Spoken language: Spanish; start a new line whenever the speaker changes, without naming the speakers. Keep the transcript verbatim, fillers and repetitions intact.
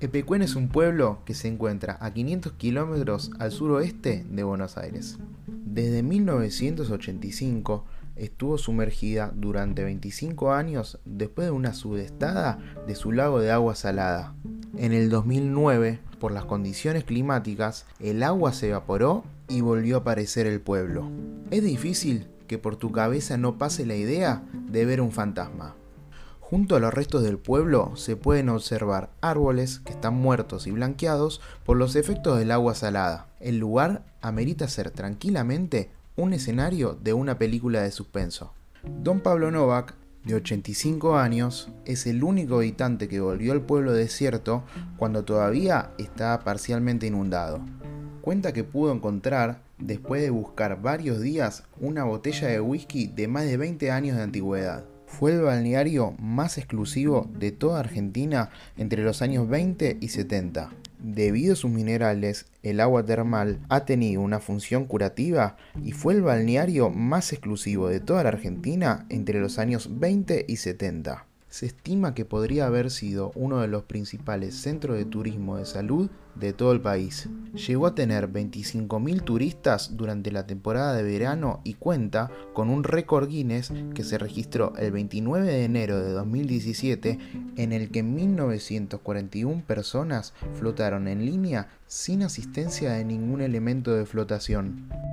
Epecuén es un pueblo que se encuentra a quinientos kilómetros al suroeste de Buenos Aires. Desde mil novecientos ochenta y cinco estuvo sumergida durante veinticinco años después de una sudestada de su lago de agua salada. En el dos mil nueve, por las condiciones climáticas, el agua se evaporó y volvió a aparecer el pueblo. Es difícil que por tu cabeza no pase la idea de ver un fantasma. Junto a los restos del pueblo se pueden observar árboles que están muertos y blanqueados por los efectos del agua salada. El lugar amerita ser tranquilamente un escenario de una película de suspenso. Don Pablo Novak, de ochenta y cinco años, es el único habitante que volvió al pueblo desierto cuando todavía estaba parcialmente inundado. Cuenta que pudo encontrar, después de buscar varios días, una botella de whisky de más de veinte años de antigüedad. Fue el balneario más exclusivo de toda Argentina entre los años veinte y setenta. Debido a sus minerales, el agua termal ha tenido una función curativa y fue el balneario más exclusivo de toda la Argentina entre los años veinte y setenta. Se estima que podría haber sido uno de los principales centros de turismo de salud de todo el país. Llegó a tener veinticinco mil turistas durante la temporada de verano y cuenta con un récord Guinness que se registró el veintinueve de enero de dos mil diecisiete, en el que mil novecientas cuarenta y una personas flotaron en línea sin asistencia de ningún elemento de flotación.